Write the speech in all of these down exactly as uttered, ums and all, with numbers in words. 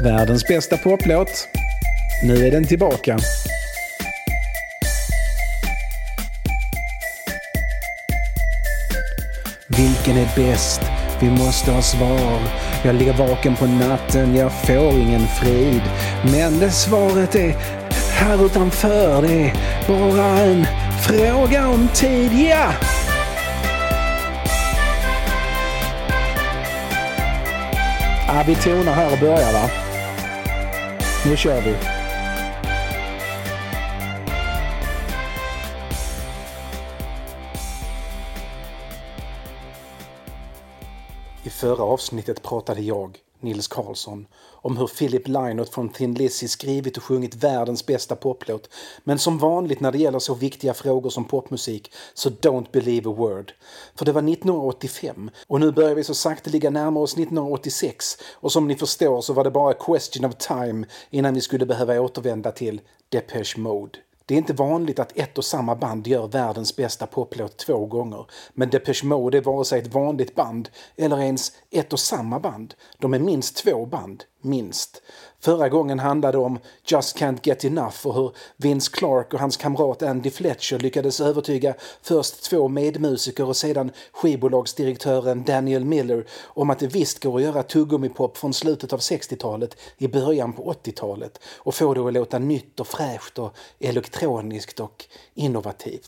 Världens bästa poplåt. Nu är den tillbaka. Vilken är bäst? Vi måste ha svar. Jag ligger vaken på natten, jag får ingen frid. Men det svaret är här utanför. Det är bara en fråga om tid, ja! Ja, vi tonar här och börjar, va? Nu kör vi. I förra avsnittet pratade jag, Nils Karlsson, om hur Philip Lynott från Thin Lizzy skrivit och sjungit världens bästa poplåt. Men som vanligt när det gäller så viktiga frågor som popmusik, så don't believe a word. För det var nittonhundraåttiofem och nu börjar vi så sakteliga närma oss nittonhundraåttiosex. Och som ni förstår så var det bara a question of time innan vi skulle behöva återvända till Depeche Mode. Det är inte vanligt att ett och samma band gör världens bästa poplåt två gånger. Men Depeche Mode är vare sig ett vanligt band eller ens ett och samma band. De är minst två band, minst. Förra gången handlade det om Just Can't Get Enough och hur Vince Clarke och hans kamrat Andy Fletcher lyckades övertyga först två medmusiker och sedan skivbolagsdirektören Daniel Miller om att det visst går att göra tuggummipop från slutet av sextiotalet i början på åttiotalet och få det att låta nytt och fräscht och elektroniskt och innovativt.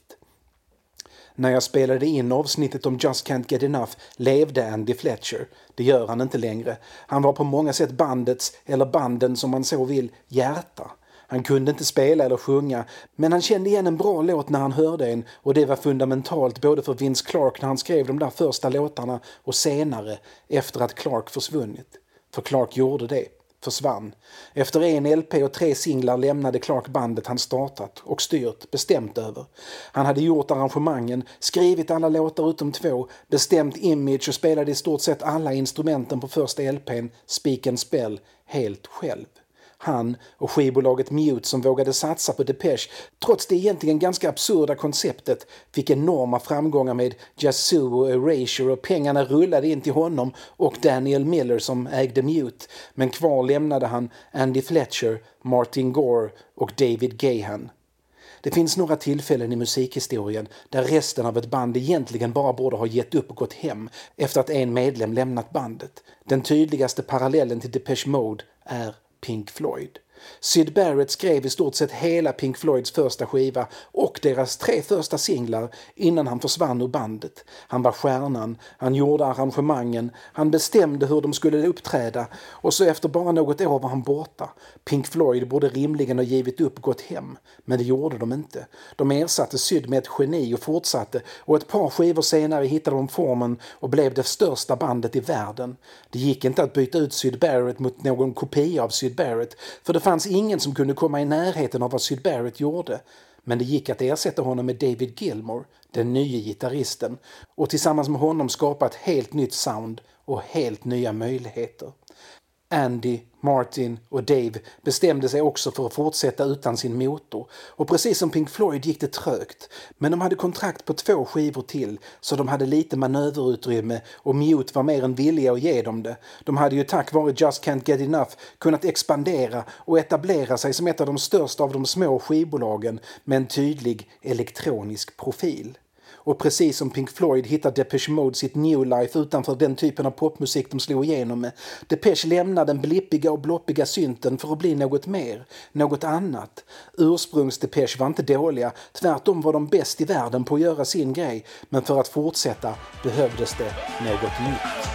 När jag spelade in avsnittet om Just Can't Get Enough levde Andy Fletcher. Det gör han inte längre. Han var på många sätt bandets, eller banden som man så vill, hjärta. Han kunde inte spela eller sjunga, men han kände igen en bra låt när han hörde en och det var fundamentalt både för Vince Clarke när han skrev de där första låtarna och senare efter att Clarke försvunnit. För Clarke gjorde det. Försvann. Efter en L P och tre singlar lämnade Clarke bandet han startat och styrt, bestämt över. Han hade gjort arrangemangen, skrivit alla låtar utom två, bestämt image och spelade i stort sett alla instrumenten på första L P:n, Speak and Spell, helt själv. Han och skivbolaget Mute som vågade satsa på Depeche, trots det egentligen ganska absurda konceptet, fick enorma framgångar med Yazoo och Erasure och pengarna rullade in till honom och Daniel Miller som ägde Mute. Men kvar lämnade han Andy Fletcher, Martin Gore och David Gahan. Det finns några tillfällen i musikhistorien där resten av ett band egentligen bara borde ha gett upp och gått hem efter att en medlem lämnat bandet. Den tydligaste parallellen till Depeche Mode är Pink Floyd. Syd Barrett skrev i stort sett hela Pink Floyds första skiva och deras tre första singlar innan han försvann ur bandet. Han var stjärnan, han gjorde arrangemangen, han bestämde hur de skulle uppträda och så efter bara något år var han borta. Pink Floyd borde rimligen ha givit upp och gått hem, men det gjorde de inte. De ersatte Syd med ett geni och fortsatte och ett par skivor senare hittade de formen och blev det största bandet i världen. Det gick inte att byta ut Syd Barrett mot någon kopia av Syd Barrett för det fanns ingen som kunde komma i närheten av vad Syd Barrett gjorde. Men det gick att ersätta honom med David Gilmour, den nya gitarristen, och tillsammans med honom skapa ett helt nytt sound och helt nya möjligheter. Andy, Martin och Dave bestämde sig också för att fortsätta utan sin motor. Och precis som Pink Floyd gick det trögt. Men de hade kontrakt på två skivor till så de hade lite manöverutrymme och Mute var mer än villiga att ge dem det. De hade ju tack vare Just Can't Get Enough kunnat expandera och etablera sig som ett av de största av de små skivbolagen med en tydlig elektronisk profil. Och precis som Pink Floyd hittar Depeche Mode sitt new life utanför den typen av popmusik de slog igenom med. Depeche lämnade den blippiga och bloppiga synten för att bli något mer, något annat. Ursprungs-Depeche var inte dåliga, tvärtom var de bäst i världen på att göra sin grej, men för att fortsätta behövdes det något nytt.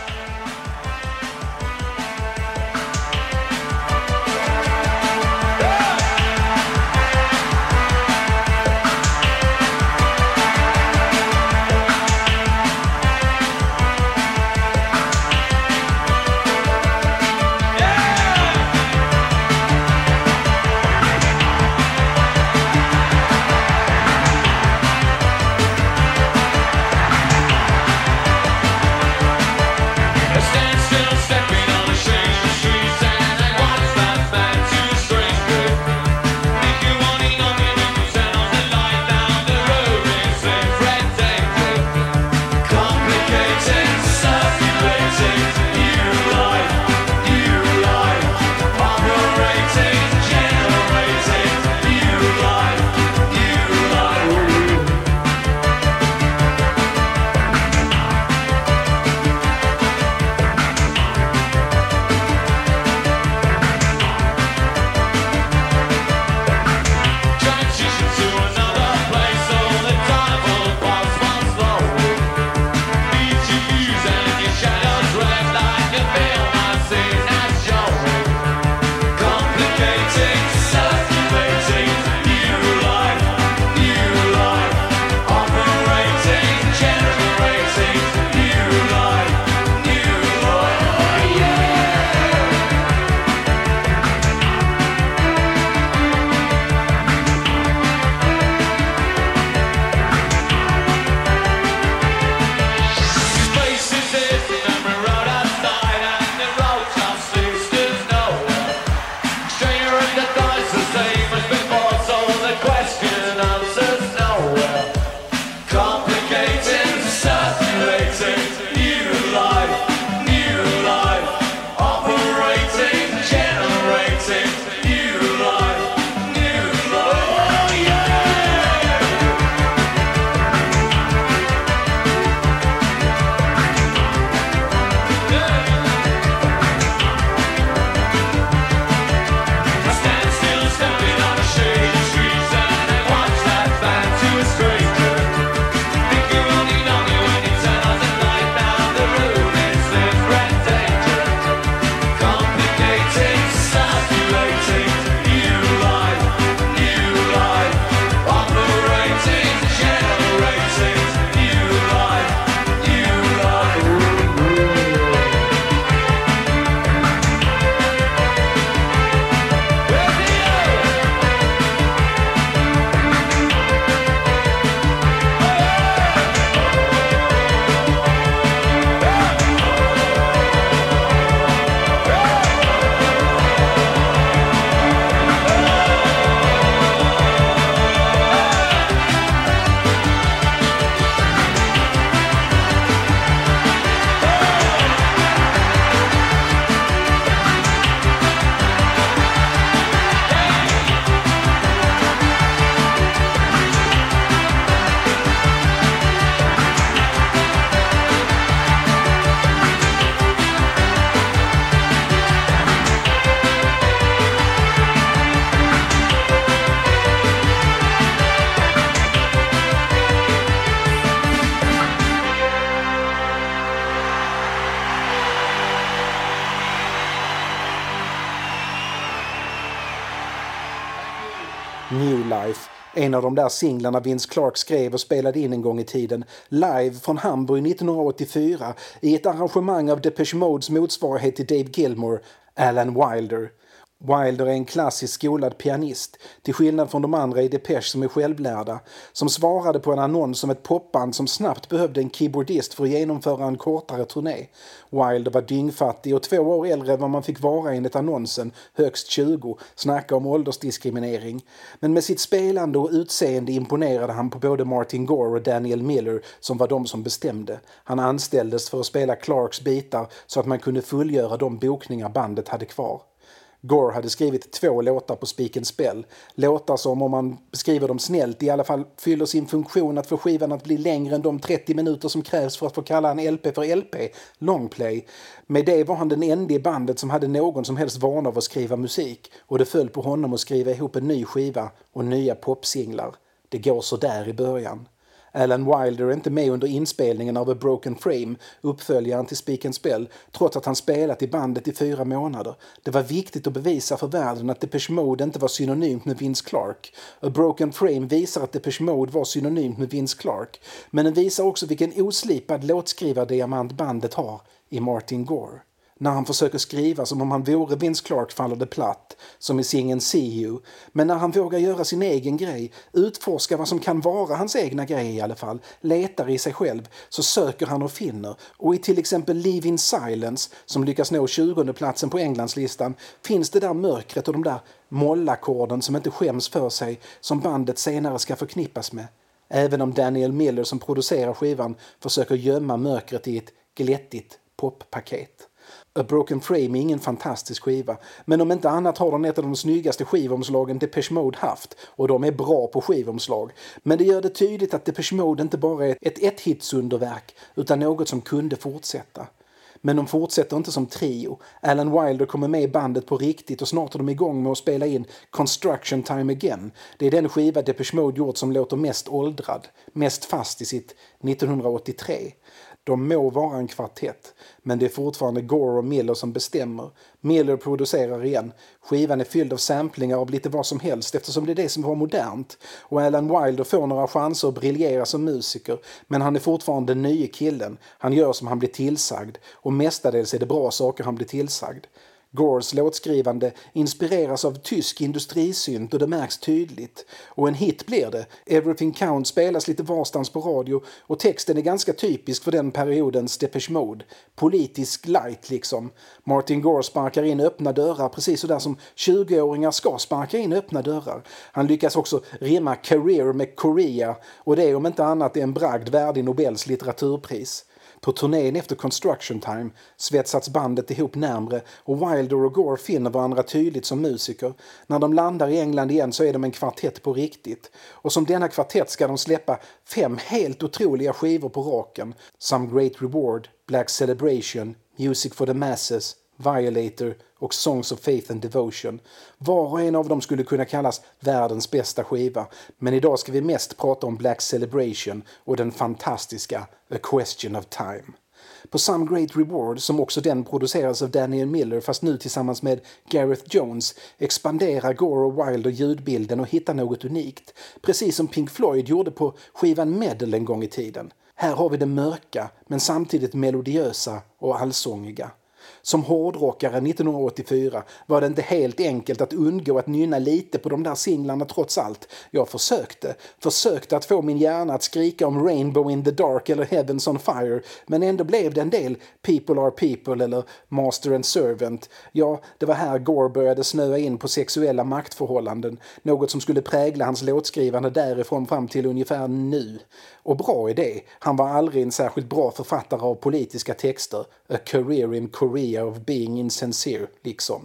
New Life, en av de där singlarna Vince Clarke skrev och spelade in en gång i tiden, live från Hamburg nittonhundraåttiofyra i ett arrangemang av Depeche Modes motsvarighet till Dave Gilmour, Alan Wilder. Wilder är en klassisk skolad pianist, till skillnad från de andra i Depeche som är självlärda, som svarade på en annons om ett popband som snabbt behövde en keyboardist för att genomföra en kortare turné. Wilder var dyngfattig och två år äldre än vad man fick vara enligt annonsen, högst tjugo, snacka om åldersdiskriminering. Men med sitt spelande och utseende imponerade han på både Martin Gore och Daniel Miller som var de som bestämde. Han anställdes för att spela Clarks bitar så att man kunde fullgöra de bokningar bandet hade kvar. Gore hade skrivit två låtar på Speak and Spell. Låtar som, om man beskriver dem snällt, i alla fall fyller sin funktion att få skivan att bli längre än de trettio minuter som krävs för att få kalla en L P för L P, longplay. Med det var han den enda i bandet som hade någon som helst vana av att skriva musik, och det föll på honom att skriva ihop en ny skiva och nya popsinglar. Det går så där i början. Alan Wilder är inte med under inspelningen av A Broken Frame, uppföljaren till Speak and Spell, trots att han spelat i bandet i fyra månader. Det var viktigt att bevisa för världen att Depeche Mode inte var synonymt med Vince Clarke. A Broken Frame visar att Depeche Mode var synonymt med Vince Clarke, men den visar också vilken oslipad låtskrivardiamant bandet har i Martin Gore. När han försöker skriva som om han vore Vince Clarke faller det platt, som i singeln See You. Men när han vågar göra sin egen grej, utforska vad som kan vara hans egna grej i alla fall, letar i sig själv, så söker han och finner. Och i till exempel Live in Silence, som lyckas nå tjugonde platsen på Englandslistan, finns det där mörkret och de där mollackorden som inte skäms för sig, som bandet senare ska förknippas med. Även om Daniel Miller som producerar skivan försöker gömma mörkret i ett glättigt poppaket. A Broken Frame är ingen fantastisk skiva, men om inte annat har den ett av de snyggaste skivomslagen Depeche Mode haft, och de är bra på skivomslag. Men det gör det tydligt att Depeche Mode inte bara är ett ett-hitsunderverk, utan något som kunde fortsätta. Men de fortsätter inte som trio. Alan Wilder kommer med i bandet på riktigt och snart är de igång med att spela in Construction Time Again. Det är den skiva Depeche Mode gjort som låter mest åldrad, mest fast i sitt nittonhundraåttiotre. De må vara en kvartett, men det är fortfarande Gore och Miller som bestämmer. Miller producerar igen. Skivan är fylld av samplingar av lite vad som helst eftersom det är det som var modernt. Och Alan Wilder får några chanser att briljera som musiker, men han är fortfarande den nya killen. Han gör som han blir tillsagd, och mestadels är det bra saker han blir tillsagd. Gores låtskrivande inspireras av tysk industrisynt och det märks tydligt. Och en hit blir det. Everything Counts spelas lite varstans på radio och texten är ganska typisk för den periodens Depeche Mode. Politisk light liksom. Martin Gore sparkar in öppna dörrar precis så där som tjugoåringar ska sparka in öppna dörrar. Han lyckas också rimma career med Korea, och det är om inte annat en bragd värdig Nobels litteraturpris. På turnén efter Construction Time svetsats bandet ihop närmre och Wilder och Gore finner varandra tydligt som musiker. När de landar i England igen så är de en kvartett på riktigt. Och som denna kvartett ska de släppa fem helt otroliga skivor på raken. Some Great Reward, Black Celebration, Music for the Masses, Violator och Songs of Faith and Devotion. Var och en av dem skulle kunna kallas världens bästa skiva, men idag ska vi mest prata om Black Celebration och den fantastiska A Question of Time. På Some Great Reward, som också den produceras av Daniel Miller fast nu tillsammans med Gareth Jones, expanderar Gore och Wilder ljudbilden och hittar något unikt, precis som Pink Floyd gjorde på skivan Meddle en gång i tiden. Här har vi det mörka, men samtidigt melodiösa och allsångiga. Som hårdrockare nittonhundraåttiofyra var det inte helt enkelt att undgå att nynna lite på de där singlarna trots allt. Jag försökte. Försökte att få min hjärna att skrika om Rainbow in the Dark eller Heavens on Fire, men ändå blev det en del People Are People eller Master and Servant. Ja, det var här Gore började snöa in på sexuella maktförhållanden, något som skulle prägla hans låtskrivande därifrån fram till ungefär nu. Och bra är det. Han var aldrig en särskilt bra författare av politiska texter. A career in Korea of being insincere, liksom.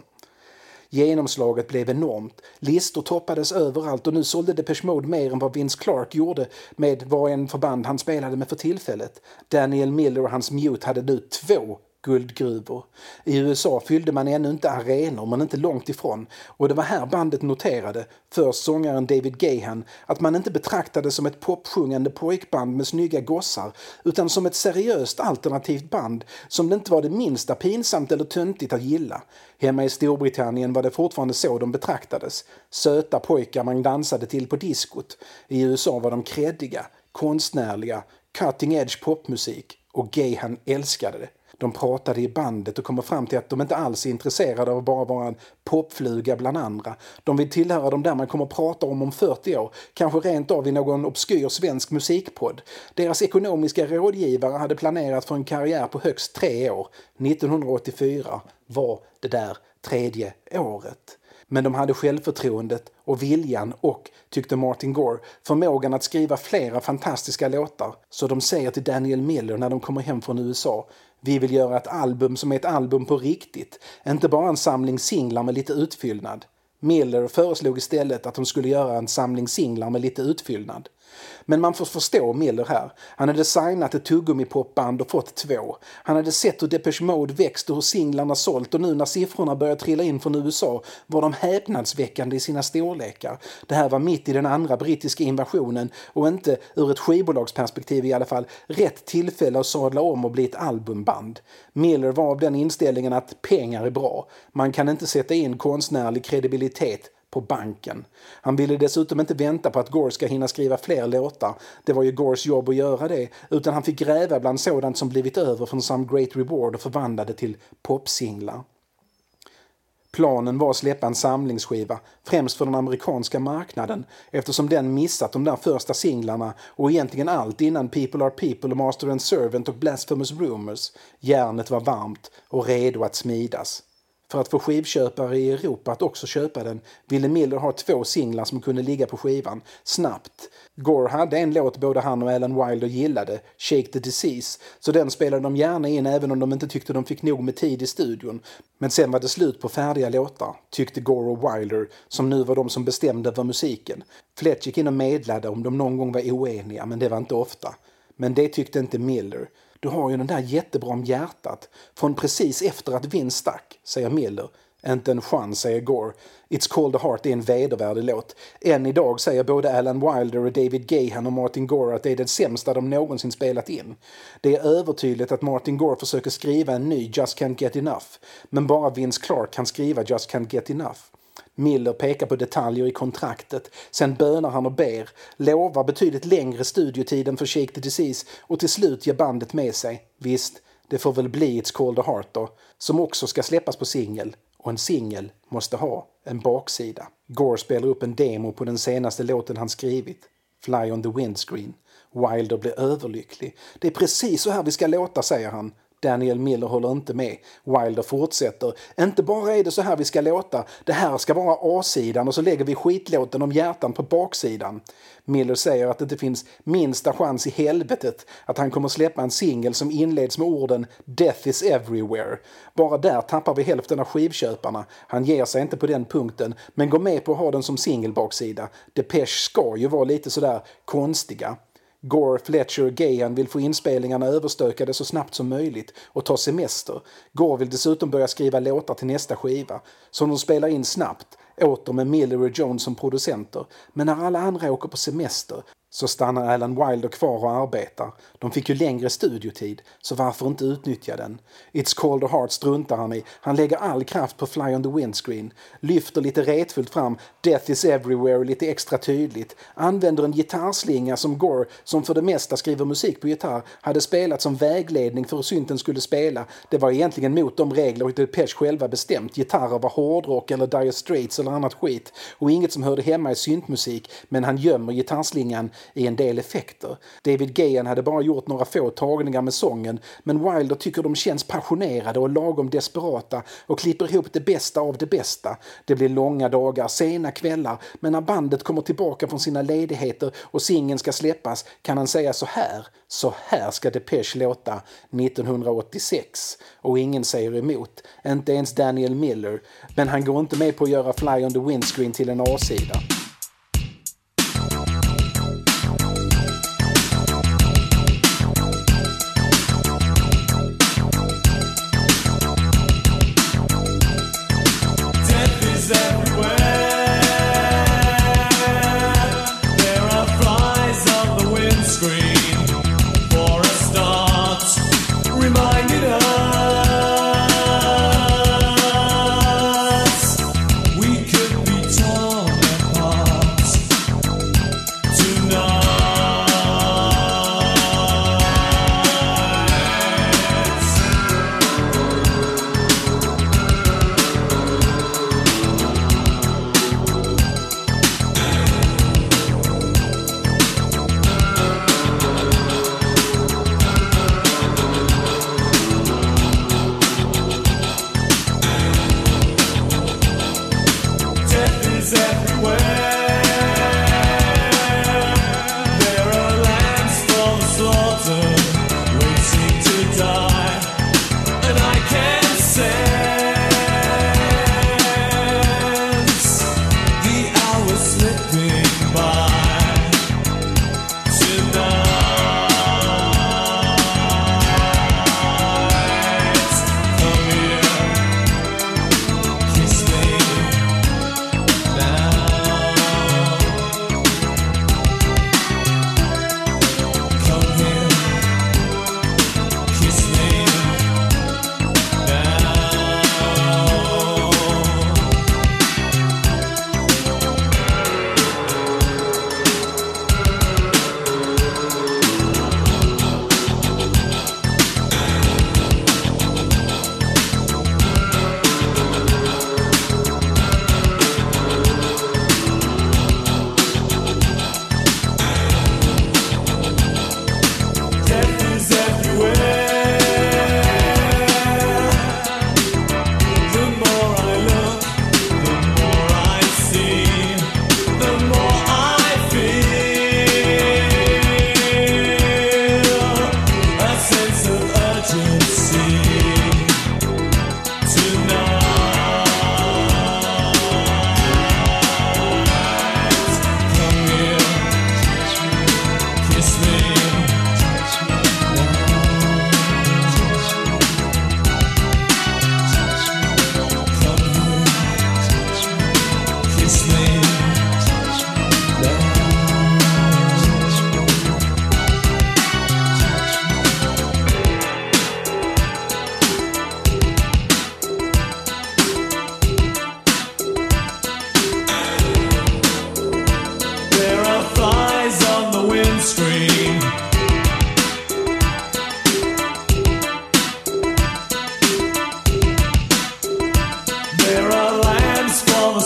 Genomslaget blev enormt. Listor toppades överallt och nu sålde Depeche Mode mer än vad Vince Clarke gjorde med vad en förband han spelade med för tillfället. Daniel Miller och hans Mute hade nu två guldgruvor. I U S A fyllde man ännu inte arenor, men inte långt ifrån. Och det var här bandet noterade, först sångaren David Gahan, att man inte betraktade som ett popsjungande pojkband med snygga gossar, utan som ett seriöst alternativt band som det inte var det minsta pinsamt eller töntigt att gilla. Hemma i Storbritannien var det fortfarande så de betraktades. Söta pojkar man dansade till på diskot. I U S A var de kreddiga, konstnärliga, cutting edge popmusik, och Gahan älskade det. De pratade i bandet och kommer fram till att de inte alls är intresserade av att bara vara en popfluga bland andra. De vill tillhöra de där man kommer att prata om om fyrtio år, kanske rent av i någon obskyr svensk musikpodd. Deras ekonomiska rådgivare hade planerat för en karriär på högst tre år. nittonhundraåttiofyra var det där tredje året. Men de hade självförtroendet och viljan och, tyckte Martin Gore, förmågan att skriva flera fantastiska låtar. Så de säger till Daniel Miller när de kommer hem från U S A: vi vill göra ett album som är ett album på riktigt, inte bara en samling singlar med lite utfyllnad. Miller föreslog istället att de skulle göra en samling singlar med lite utfyllnad. Men man får förstå Miller här. Han hade designat ett tuggummi-popband och fått två. Han hade sett hur Depeche Mode växte och hur singlarna sålt, och nu när siffrorna började trilla in från U S A var de häpnadsväckande i sina storlekar. Det här var mitt i den andra brittiska invasionen och inte, ur ett skivbolagsperspektiv i alla fall, rätt tillfälle att sadla om och bli ett albumband. Miller var av den inställningen att pengar är bra. Man kan inte sätta in konstnärlig kredibilitet på banken. Han ville dessutom inte vänta på att Gore ska hinna skriva fler låtar. Det var ju Gores jobb att göra det, utan han fick gräva bland sådant som blivit över från Some Great Reward och förvandlade till popsinglar. Planen var att släppa en samlingsskiva, främst för den amerikanska marknaden, eftersom den missat de där första singlarna och egentligen allt innan People Are People och Master and Servant och Blasphemous Rumors. Järnet var varmt och redo att smidas. För att få skivköpare i Europa att också köpa den ville Miller ha två singlar som kunde ligga på skivan, snabbt. Gore hade en låt både han och Alan Wilder gillade, Shake the Disease, så den spelade de gärna in även om de inte tyckte de fick nog med tid i studion. Men sen var det slut på färdiga låtar, tyckte Gore och Wilder, som nu var de som bestämde över musiken. Fletch gick in och medlade om de någon gång var oeniga, men det var inte ofta. Men det tyckte inte Miller. Du har ju den där jättebra om hjärtat. Från precis efter att Vince stack, säger Miller. Inte en chans, säger Gore. It's Called a Heart är en vedervärdig låt. Än idag säger både Alan Wilder och David Gahan och Martin Gore att det är det sämsta de någonsin spelat in. Det är övertydligt att Martin Gore försöker skriva en ny Just Can't Get Enough. Men bara Vince Clarke kan skriva Just Can't Get Enough. Miller pekar på detaljer i kontraktet, sen bönar han och ber, lovar betydligt längre studiotid för Shake the Disease och till slut ger bandet med sig. Visst, det får väl bli It's Called a Heart då, som också ska släppas på singel, och en singel måste ha en baksida. Gore spelar upp en demo på den senaste låten han skrivit, Fly on the Windscreen. Wilder blir överlycklig. Det är precis så här vi ska låta, säger han. Daniel Miller håller inte med. Wilder fortsätter. Inte bara är det så här vi ska låta. Det här ska vara A-sidan och så lägger vi skitlåten om hjärtan på baksidan. Miller säger att det inte finns minsta chans i helvetet att han kommer släppa en singel som inleds med orden Death is everywhere. Bara där tappar vi hälften av skivköparna. Han ger sig inte på den punkten, men går med på att ha den som singelbaksida. Depeche ska ju vara lite sådär konstiga. Gore, Fletcher och Gahan vill få inspelningarna överstökade så snabbt som möjligt och ta semester. Gore vill dessutom börja skriva låtar till nästa skiva, som de spelar in snabbt, åter med Miller och Jones som producenter. Men när alla andra åker på semester så stannar Alan Wilder kvar och arbetar. De fick ju längre studiotid, så varför inte utnyttja den? It's Called a Heart struntar han i. Han lägger all kraft på Fly on the Windscreen. Lyfter lite retfullt fram Death is everywhere lite extra tydligt. Använder en gitarrslinga som Gore, som för det mesta skriver musik på gitarr, hade spelat som vägledning för hur synten skulle spela. Det var egentligen mot de regler Depeche själva bestämt. Gitarrer var hårdrock eller Dire Straits eller annat skit. Och inget som hörde hemma i syntmusik, men han gömmer gitarrslingan i en del effekter. David Gahan hade bara gjort några få tagningar med sången, men Wilder tycker de känns passionerade och lagom desperata och klipper ihop det bästa av det bästa. Det blir långa dagar, sena kvällar, men när bandet kommer tillbaka från sina ledigheter och singeln ska släppas kan han säga så här. Så här ska Depeche låta nittonhundraåttiosex. Och ingen säger emot, inte ens Daniel Miller, men han går inte med på att göra Fly on the Windscreen till en A-sida.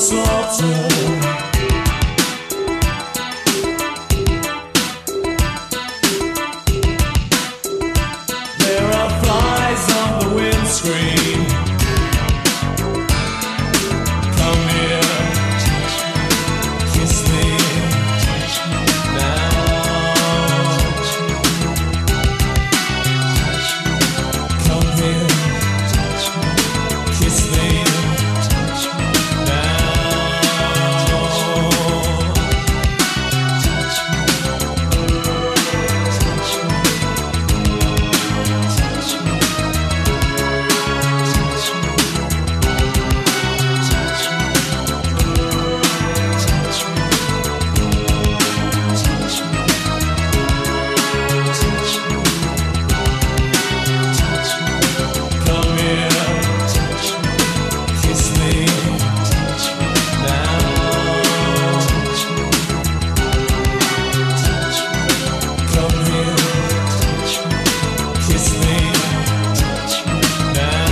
slaughter. There are flies on the windscreen. Come here, kiss me now. Come here, kiss me now. Come here, kiss me now. Come here, kiss me now.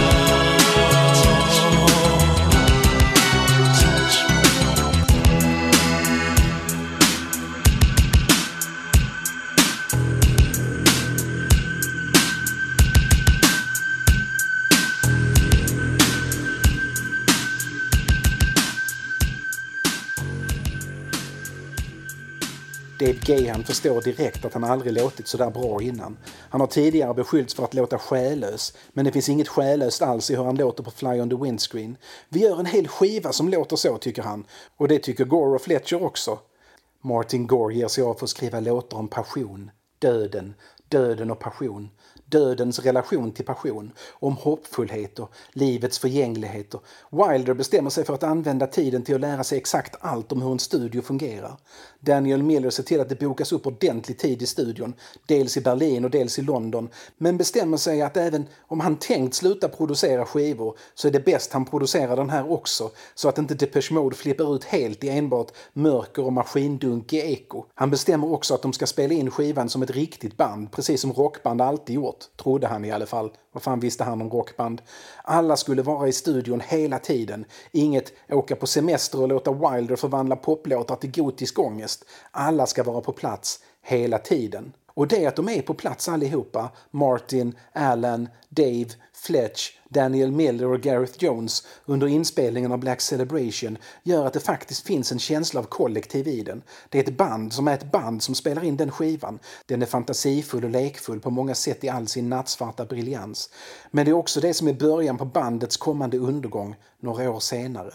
Dave Gahan förstår direkt att han aldrig låtit så där bra innan. Han har tidigare beskyllts för att låta själlös, men det finns inget själlöst alls i hur han låter på Fly on the Windscreen. Vi gör en hel skiva som låter så, tycker han. Och det tycker Gore och Fletcher också. Martin Gore ger sig av för att skriva låtar om passion, döden, döden och passion. Dödens relation till passion, om hoppfullhet och livets förgänglighet. Och Wilder bestämmer sig för att använda tiden till att lära sig exakt allt om hur en studio fungerar. Daniel Miller ser till att det bokas upp ordentlig tid i studion, dels i Berlin och dels i London, men bestämmer sig att även om han tänkt sluta producera skivor så är det bäst han producerar den här också, så att inte Depeche Mode flippar ut helt i enbart mörker och maskindunk i eko. Han bestämmer också att de ska spela in skivan som ett riktigt band, precis som rockband alltid gjort. Trodde han i alla fall. Vad fan visste han om rockband? Alla skulle vara i studion hela tiden. Inget åka på semester och låta Wilder förvandla poplåtar till gotisk ångest. Alla ska vara på plats hela tiden. Och det att de är på plats allihopa, Martin, Alan, Dave, Fletch, Daniel Miller och Gareth Jones under inspelningen av Black Celebration gör att det faktiskt finns en känsla av kollektiv i den. Det är ett band som är ett band som spelar in den skivan. Den är fantasifull och lekfull på många sätt i all sin nattsvarta briljans. Men det är också det som är början på bandets kommande undergång några år senare.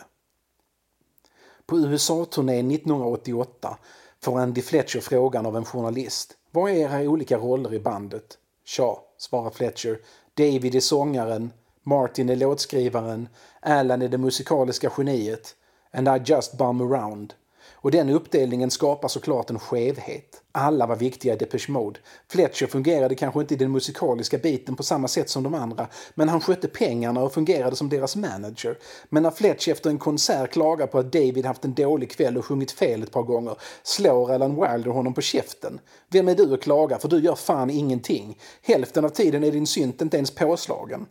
På U S A-turnén nittonhundraåttioåtta får Andy Fletcher frågan av en journalist: vad är era olika roller i bandet? Tja, svarar Fletcher. David är sångaren, Martin är låtskrivaren, Alan är det musikaliska geniet, and I just bum around. Och den uppdelningen skapar såklart en skevhet. Alla var viktiga i Depeche Mode. Fletcher fungerade kanske inte i den musikaliska biten på samma sätt som de andra, men han skötte pengarna och fungerade som deras manager. Men när Fletcher efter en konsert klagar på att David haft en dålig kväll och sjungit fel ett par gånger, slår Alan Wilder honom på käften. Vem är du att klaga, för du gör fan ingenting. Hälften av tiden är din synt inte ens påslagen.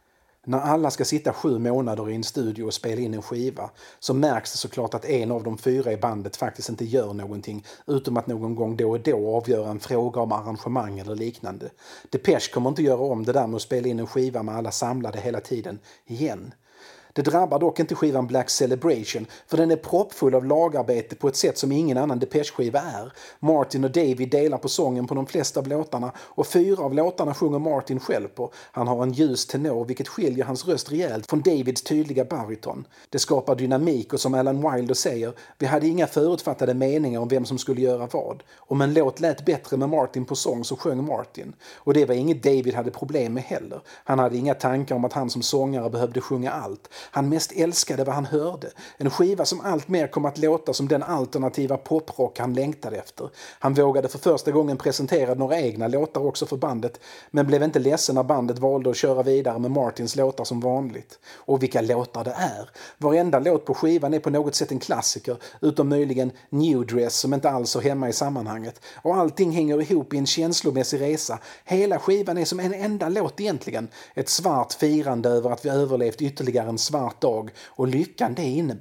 När alla ska sitta sju månader i en studio och spela in en skiva så märks det såklart att en av de fyra i bandet faktiskt inte gör någonting, utom att någon gång då och då avgöra en fråga om arrangemang eller liknande. Depeche kommer inte göra om det där med att spela in en skiva med alla samlade hela tiden igen. Det drabbar dock inte skivan Black Celebration, för den är proppfull av lagarbete på ett sätt som ingen annan Depeche-skiva är. Martin och David delar på sången på de flesta av låtarna, och fyra av låtarna sjunger Martin själv på. Han har en ljus tenor, vilket skiljer hans röst rejält från Davids tydliga bariton. Det skapar dynamik, och som Alan Wilder säger, vi hade inga förutfattade meningar om vem som skulle göra vad. Om en låt lät bättre med Martin på sång så sjöng Martin. Och det var inget David hade problem med heller. Han hade inga tankar om att han som sångare behövde sjunga allt. Han mest älskade vad han hörde. En skiva som allt mer kom att låta som den alternativa poprock han längtade efter. Han vågade för första gången presentera några egna låtar också för bandet, men blev inte ledsen när bandet valde att köra vidare med Martins låtar som vanligt. Och vilka låtar det är! Varenda låt på skivan är på något sätt en klassiker, utom möjligen New Dress som inte alls är hemma i sammanhanget. Och allting hänger ihop i en känslomässig resa. Hela skivan är som en enda låt egentligen. Ett svart firande över att vi överlevt ytterligare en svart dag och lyckan det innebär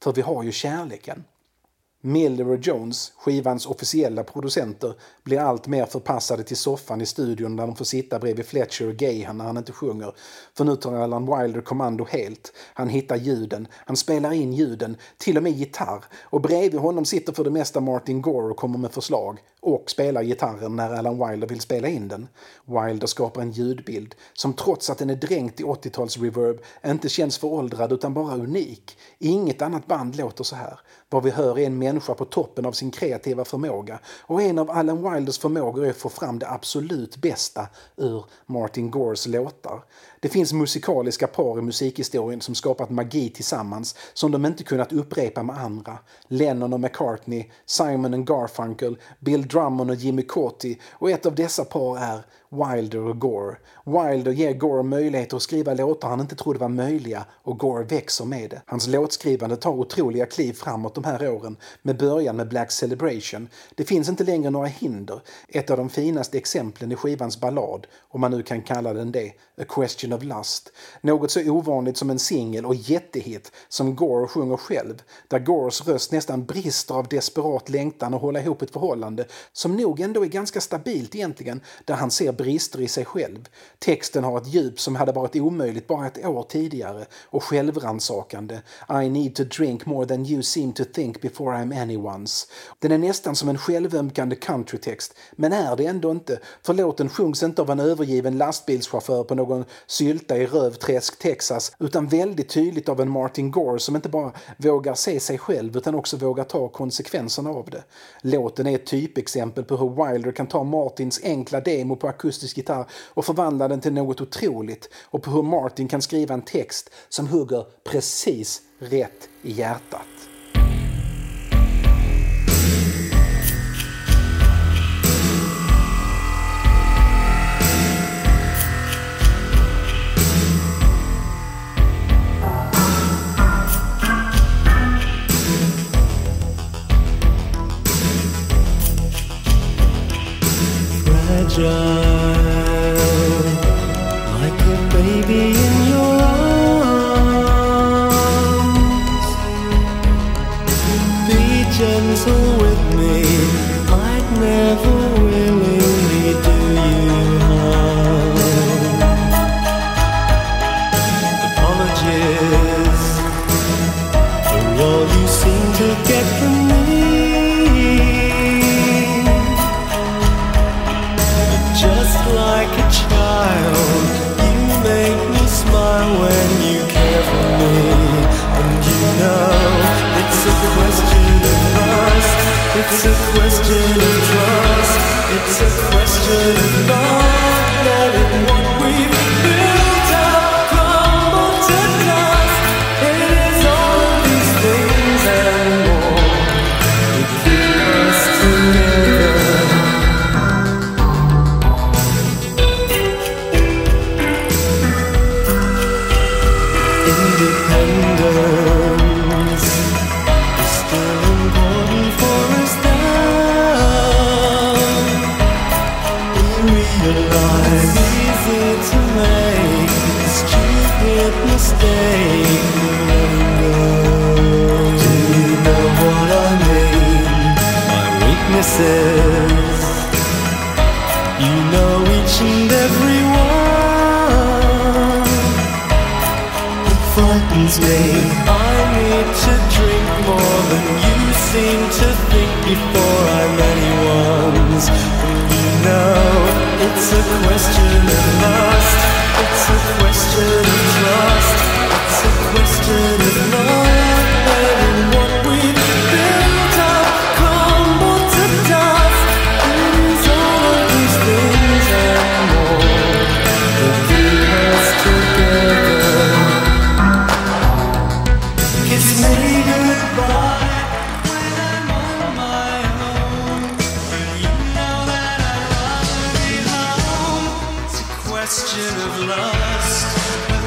för vi har ju kärleken. Miller och Jones, skivans officiella producenter, blir allt mer förpassade till soffan i studion där de får sitta bredvid Fletcher och Gahan när han inte sjunger. För nu tar Alan Wilder kommando helt. Han hittar ljuden, han spelar in ljuden, till och med gitarr. Och bredvid honom sitter för det mesta Martin Gore och kommer med förslag. Och spelar gitarren när Alan Wilder vill spela in den. Wilder skapar en ljudbild som trots att den är dränkt i åttio-tals reverb inte känns föråldrad utan bara unik. Inget annat band låter så här. Vad vi hör är en människa på toppen av sin kreativa förmåga. Och en av Alan Wilders förmågor är att få fram det absolut bästa ur Martin Gores låtar. Det finns musikaliska par i musikhistorien som skapat magi tillsammans som de inte kunnat upprepa med andra. Lennon och McCartney, Simon och Garfunkel, Bill Drummond och Jimmy Cauty, och ett av dessa par är Wilder och Gore. Wilder ger Gore möjlighet att skriva låtar han inte trodde var möjliga och Gore växer med det. Hans låtskrivande tar otroliga kliv framåt de här åren med början med Black Celebration. Det finns inte längre några hinder. Ett av de finaste exemplen är skivans ballad, om man nu kan kalla den det, A Question of Lust. Något så ovanligt som en singel och jättehit som Gore sjunger själv, där Gores röst nästan brister av desperat längtan att hålla ihop ett förhållande som nog ändå är ganska stabilt egentligen, där han ser brister i sig själv. Texten har ett djup som hade varit omöjligt bara ett år tidigare och självransakande. I need to drink more than you seem to think before I'm anyone's. Den är nästan som en självömkande countrytext, men är det ändå inte, för låten sjungs inte av en övergiven lastbilschaufför på någon sylta i Rövträsk, Texas, utan väldigt tydligt av en Martin Gore som inte bara vågar se sig själv utan också vågar ta konsekvenserna av det. Låten är ett typexempel på hur Wilder kan ta Martins enkla demo på akustisk gitarr och förvandla den till något otroligt, och på hur Martin kan skriva en text som hugger precis rätt i hjärtat. Like a baby in your arms. Be gentle with me, I'd never willingly do you harm. Apologies for all you seem to get from me. Just like a child, you make me smile when you care for me. And you know, it's a question of trust. It's a question of trust. It's a question of not letting what we've built up crumble to dust. It is all of these things and more that keep us together. Independence is still important for us now. We realize it's easy to make a stupid mistake. Letting go. Do you know what I mean? My weaknesses, you know each and every one. Frightens me. I need to drink more than you seem to think before I'm anyone's. And you know, it's a question of lust. It's a question of trust. It's a question of not letting what we've built up crumble to dust. It is all of these things and more that keep us together. Kiss me goodbye when I'm on my own. You know that I love you home. It's a question of lust.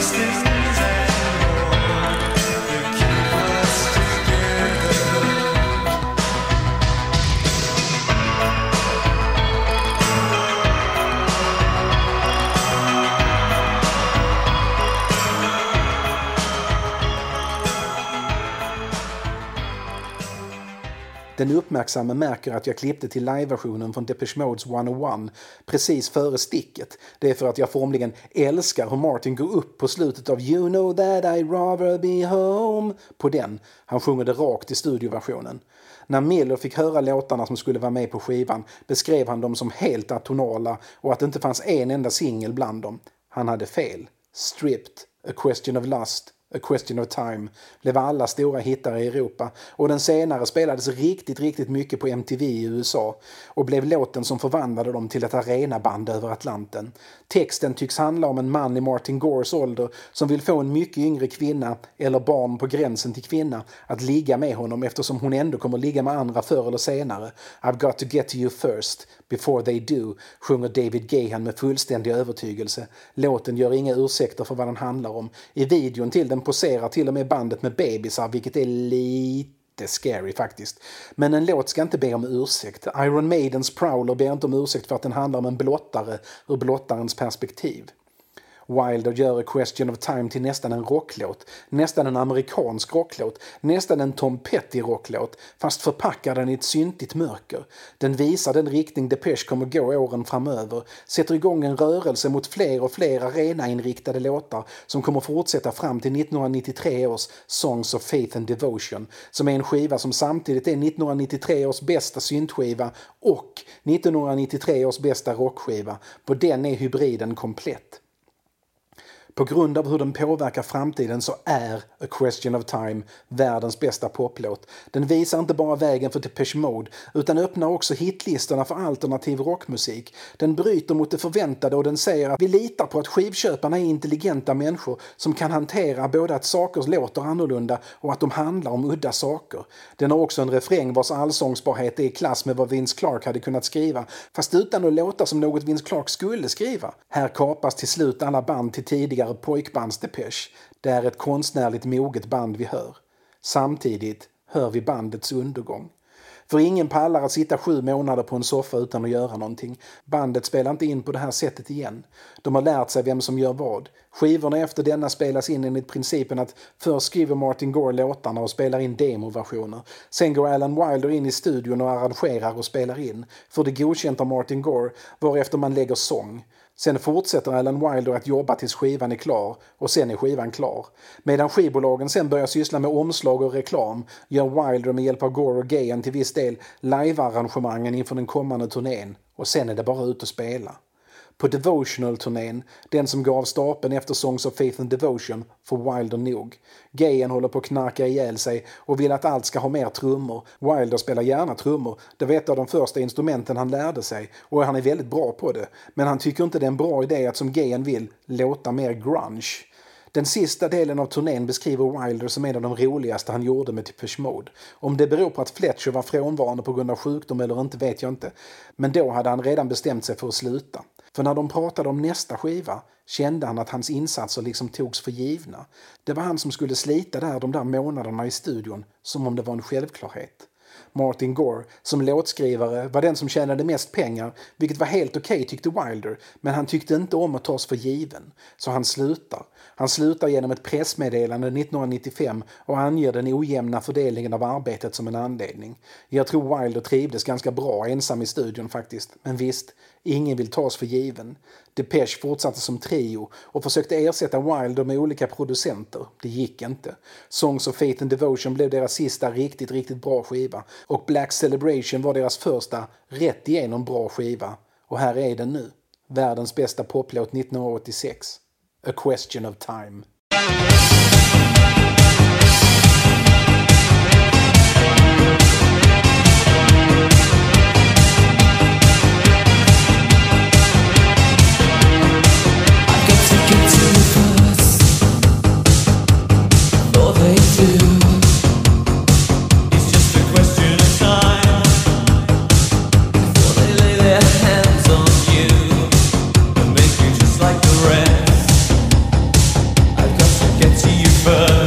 Den uppmärksamma märker att jag klippte till live-versionen från Depeche Modes one oh one precis före sticket. Det är för att jag formligen älskar hur Martin går upp på slutet av You know that I'd rather be home på den. Han sjunger det rakt i studioversionen. När Miller fick höra låtarna som skulle vara med på skivan beskrev han dem som helt atonala och att det inte fanns en enda singel bland dem. Han hade fel. Stripped, A Question of Lust, A Question of Time blev alla stora hittar i Europa och den senare spelades riktigt, riktigt mycket på M T V i U S A och blev låten som förvandlade dem till ett arenaband över Atlanten. Texten tycks handla om en man i Martin Gores ålder som vill få en mycket yngre kvinna eller barn på gränsen till kvinna att ligga med honom eftersom hon ändå kommer ligga med andra förr eller senare. I've got to get to you first, before they do, sjunger David Gahan med fullständig övertygelse. Låten gör inga ursäkter för vad den handlar om. I videon till den poserar till och med bandet med bebisar, vilket är lite scary faktiskt. Men en låt ska inte be om ursäkt. Iron Maidens Prowler ber inte om ursäkt för att den handlar om en blottare ur blottarens perspektiv. Wilder gör A Question of Time till nästan en rocklåt, nästan en amerikansk rocklåt, nästan en Tom Petty-rocklåt, fast förpackar den i ett syntigt mörker. Den visar den riktning Depeche kommer gå åren framöver, sätter igång en rörelse mot fler och fler arena-inriktade låtar som kommer fortsätta fram till nittonhundranittiotre års Songs of Faith and Devotion, som är en skiva som samtidigt är nittonhundranittiotre års bästa syntskiva och nittonhundranittiotre års bästa rockskiva. På den är hybriden komplett. På grund av hur den påverkar framtiden så är A Question of Time världens bästa poplåt. Den visar inte bara vägen för Depeche Mode utan öppnar också hitlistorna för alternativ rockmusik. Den bryter mot det förväntade och den säger att vi litar på att skivköparna är intelligenta människor som kan hantera både att saker låter annorlunda och att de handlar om udda saker. Den har också en refräng vars allsångsbarhet är i klass med vad Vince Clarke hade kunnat skriva, fast utan att låta som något Vince Clarke skulle skriva. Här kapas till slut alla band till tidigare pojkbands Depeche. Det är ett konstnärligt moget band vi hör. Samtidigt hör vi bandets undergång. För ingen pallar att sitta sju månader på en soffa utan att göra någonting. Bandet spelar inte in på det här sättet igen. De har lärt sig vem som gör vad. Skivorna efter denna spelas in enligt principen att först skriver Martin Gore låtarna och spelar in demoversioner. Sen går Alan Wilder in i studion och arrangerar och spelar in. För det godkänt av Martin Gore, varefter man lägger sång. Sen fortsätter Alan Wilder att jobba tills skivan är klar och sen är skivan klar. Medan skivbolagen sen börjar syssla med omslag och reklam gör Wilder med hjälp av Gore och Gahan till viss del live-arrangemangen inför den kommande turnén och sen är det bara ut och spela. På Devotional-turnén, den som gav stapeln efter Songs of Faith and Devotion, får Wilder nog. Gahan håller på att knarka ihjäl sig och vill att allt ska ha mer trummor. Wilder spelar gärna trummor, det var ett av de första instrumenten han lärde sig och han är väldigt bra på det. Men han tycker inte det är en bra idé att som Gahan vill låta mer grunge. Den sista delen av turnén beskriver Wilder som en av de roligaste han gjorde med Depeche Mode. Om det beror på att Fletcher var frånvarande på grund av sjukdom eller inte vet jag inte. Men då hade han redan bestämt sig för att sluta. För när de pratade om nästa skiva kände han att hans insatser liksom togs för givna. Det var han som skulle slita där de där månaderna i studion som om det var en självklarhet. Martin Gore, som låtskrivare, var den som tjänade mest pengar, vilket var helt okej okay, tyckte Wilder, men han tyckte inte om att tas för given. Så han slutar. Han slutar genom ett pressmeddelande nittonhundranittiofem och anger den ojämna fördelningen av arbetet som en anledning. Jag tror Wilder trivdes ganska bra ensam i studion faktiskt, men visst, ingen vill tas för given. Depeche fortsatte som trio och försökte ersätta Wilder med olika producenter. Det gick inte. Songs of Faith and Devotion blev deras sista riktigt, riktigt bra skiva. Och Black Celebration var deras första rätt igenom bra skiva. Och här är den nu. Världens bästa poplåt nittonhundraåttiosex. A Question of Time. Hands on you and make you just like the rest. but